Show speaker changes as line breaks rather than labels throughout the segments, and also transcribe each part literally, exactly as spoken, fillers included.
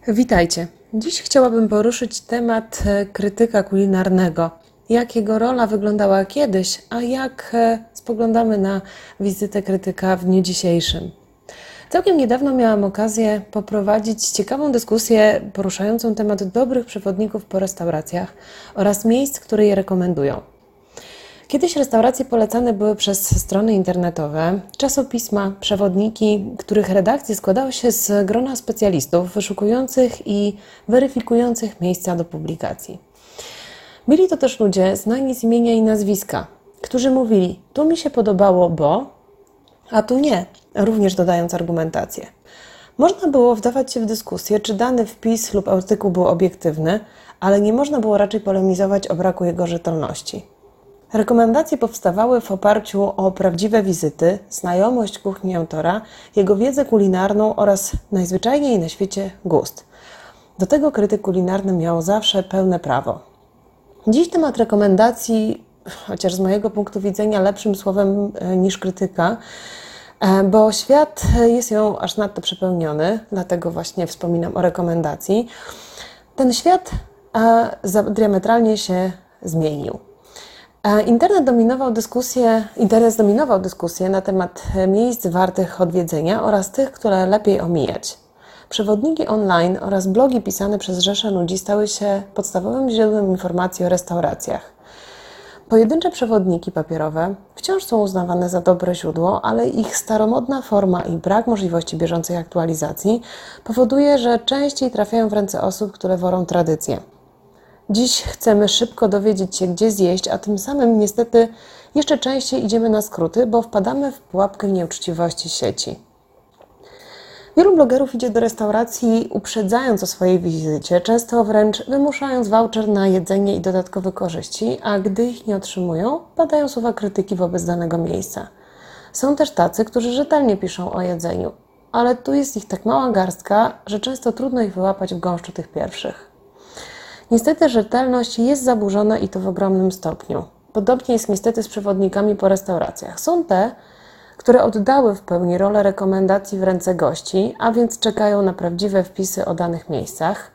Witajcie. Dziś chciałabym poruszyć temat krytyka kulinarnego. Jak jego rola wyglądała kiedyś, a jak spoglądamy na wizytę krytyka w dniu dzisiejszym. Całkiem niedawno miałam okazję poprowadzić ciekawą dyskusję poruszającą temat dobrych przewodników po restauracjach oraz miejsc, które je rekomendują. Kiedyś restauracje polecane były przez strony internetowe, czasopisma, przewodniki, których redakcje składały się z grona specjalistów wyszukujących i weryfikujących miejsca do publikacji. Byli to też ludzie znani z imienia i nazwiska, którzy mówili: tu mi się podobało, bo, a tu nie, również dodając argumentację. Można było wdawać się w dyskusję, czy dany wpis lub artykuł był obiektywny, ale nie można było raczej polemizować o braku jego rzetelności. Rekomendacje powstawały w oparciu o prawdziwe wizyty, znajomość kuchni autora, jego wiedzę kulinarną oraz najzwyczajniej na świecie gust. Do tego krytyk kulinarny miał zawsze pełne prawo. Dziś temat rekomendacji, chociaż z mojego punktu widzenia lepszym słowem niż krytyka, bo świat jest ją aż nadto przepełniony, dlatego właśnie wspominam o rekomendacji. Ten świat diametralnie się zmienił. Internet dominował dyskusję, internet zdominował dyskusję na temat miejsc wartych odwiedzenia oraz tych, które lepiej omijać. Przewodniki online oraz blogi pisane przez rzesze ludzi stały się podstawowym źródłem informacji o restauracjach. Pojedyncze przewodniki papierowe wciąż są uznawane za dobre źródło, ale ich staromodna forma i brak możliwości bieżącej aktualizacji powoduje, że częściej trafiają w ręce osób, które wolą tradycję. Dziś chcemy szybko dowiedzieć się, gdzie zjeść, a tym samym niestety jeszcze częściej idziemy na skróty, bo wpadamy w pułapkę nieuczciwości sieci. Wielu blogerów idzie do restauracji uprzedzając o swojej wizycie, często wręcz wymuszając voucher na jedzenie i dodatkowe korzyści, a gdy ich nie otrzymują, padają słowa krytyki wobec danego miejsca. Są też tacy, którzy rzetelnie piszą o jedzeniu, ale tu jest ich tak mała garstka, że często trudno ich wyłapać w gąszczu tych pierwszych. Niestety rzetelność jest zaburzona i to w ogromnym stopniu. Podobnie jest niestety z przewodnikami po restauracjach. Są te, które oddały w pełni rolę rekomendacji w ręce gości, a więc czekają na prawdziwe wpisy o danych miejscach.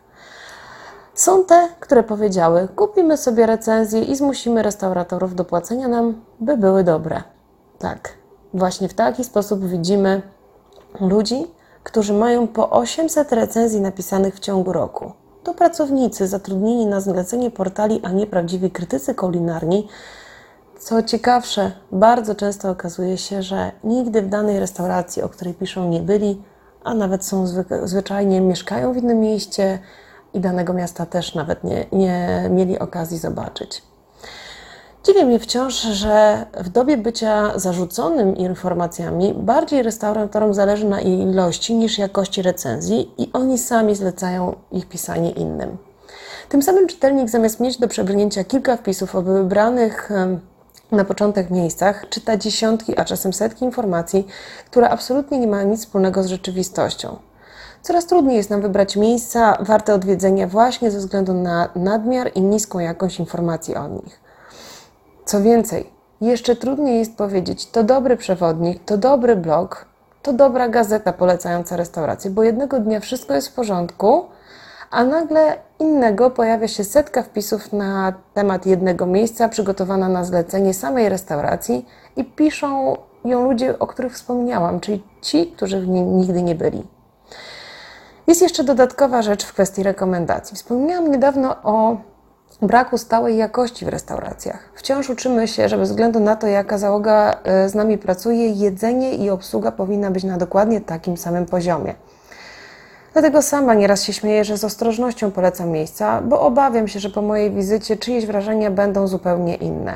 Są te, które powiedziały: kupimy sobie recenzję i zmusimy restauratorów do płacenia nam, by były dobre. Tak, właśnie w taki sposób widzimy ludzi, którzy mają po osiemset recenzji napisanych w ciągu roku. To pracownicy zatrudnieni na zlecenie portali, a nie prawdziwi krytycy kulinarni. Co ciekawsze, bardzo często okazuje się, że nigdy w danej restauracji, o której piszą, nie byli, a nawet są zwyk- zwyczajnie mieszkają w innym mieście i danego miasta też nawet nie, nie mieli okazji zobaczyć. Dziwi mnie wciąż, że w dobie bycia zarzuconym informacjami bardziej restauratorom zależy na ilości niż jakości recenzji i oni sami zlecają ich pisanie innym. Tym samym czytelnik, zamiast mieć do przebrnięcia kilka wpisów o wybranych na początek miejscach, czyta dziesiątki, a czasem setki informacji, które absolutnie nie mają nic wspólnego z rzeczywistością. Coraz trudniej jest nam wybrać miejsca warte odwiedzenia właśnie ze względu na nadmiar i niską jakość informacji o nich. Co więcej, jeszcze trudniej jest powiedzieć: to dobry przewodnik, to dobry blog, to dobra gazeta polecająca restaurację, bo jednego dnia wszystko jest w porządku, a nagle innego pojawia się setka wpisów na temat jednego miejsca przygotowana na zlecenie samej restauracji i piszą ją ludzie, o których wspomniałam, czyli ci, którzy w niej nigdy nie byli. Jest jeszcze dodatkowa rzecz w kwestii rekomendacji. Wspomniałam niedawno o braku stałej jakości w restauracjach. Wciąż uczymy się, że bez względu na to, jaka załoga z nami pracuje, jedzenie i obsługa powinna być na dokładnie takim samym poziomie. Dlatego sama nieraz się śmieję, że z ostrożnością polecam miejsca, bo obawiam się, że po mojej wizycie czyjeś wrażenia będą zupełnie inne.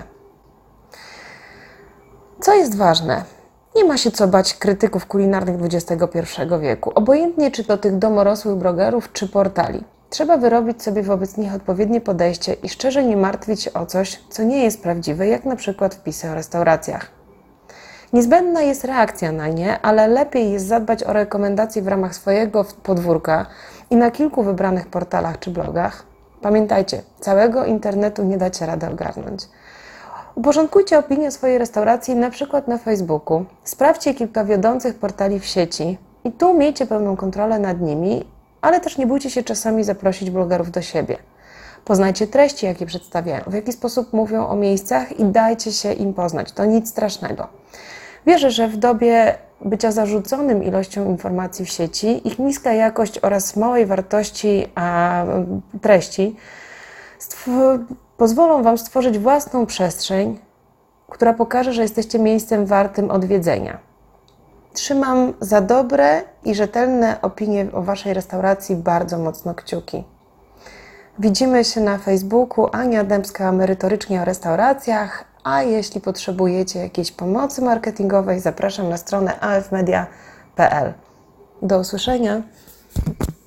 Co jest ważne? Nie ma się co bać krytyków kulinarnych dwudziestego pierwszego wieku, obojętnie czy to tych domorosłych blogerów, czy portali. Trzeba wyrobić sobie wobec nich odpowiednie podejście i szczerze nie martwić się o coś, co nie jest prawdziwe, jak na przykład wpisy o restauracjach. Niezbędna jest reakcja na nie, ale lepiej jest zadbać o rekomendacje w ramach swojego podwórka i na kilku wybranych portalach czy blogach. Pamiętajcie, całego internetu nie dacie rady ogarnąć. Uporządkujcie opinię swojej restauracji na przykład na Facebooku. Sprawdźcie kilka wiodących portali w sieci i tu miejcie pełną kontrolę nad nimi, ale też nie bójcie się czasami zaprosić blogerów do siebie. Poznajcie treści, jakie przedstawiają, w jaki sposób mówią o miejscach i dajcie się im poznać. To nic strasznego. Wierzę, że w dobie bycia zarzuconym ilością informacji w sieci, ich niska jakość oraz małej wartości a, treści pozwolą Wam stworzyć własną przestrzeń, która pokaże, że jesteście miejscem wartym odwiedzenia. Trzymam za dobre i rzetelne opinie o Waszej restauracji bardzo mocno kciuki. Widzimy się na Facebooku Ania Dębska merytorycznie o restauracjach, a jeśli potrzebujecie jakiejś pomocy marketingowej, zapraszam na stronę a f media kropka p l. Do usłyszenia!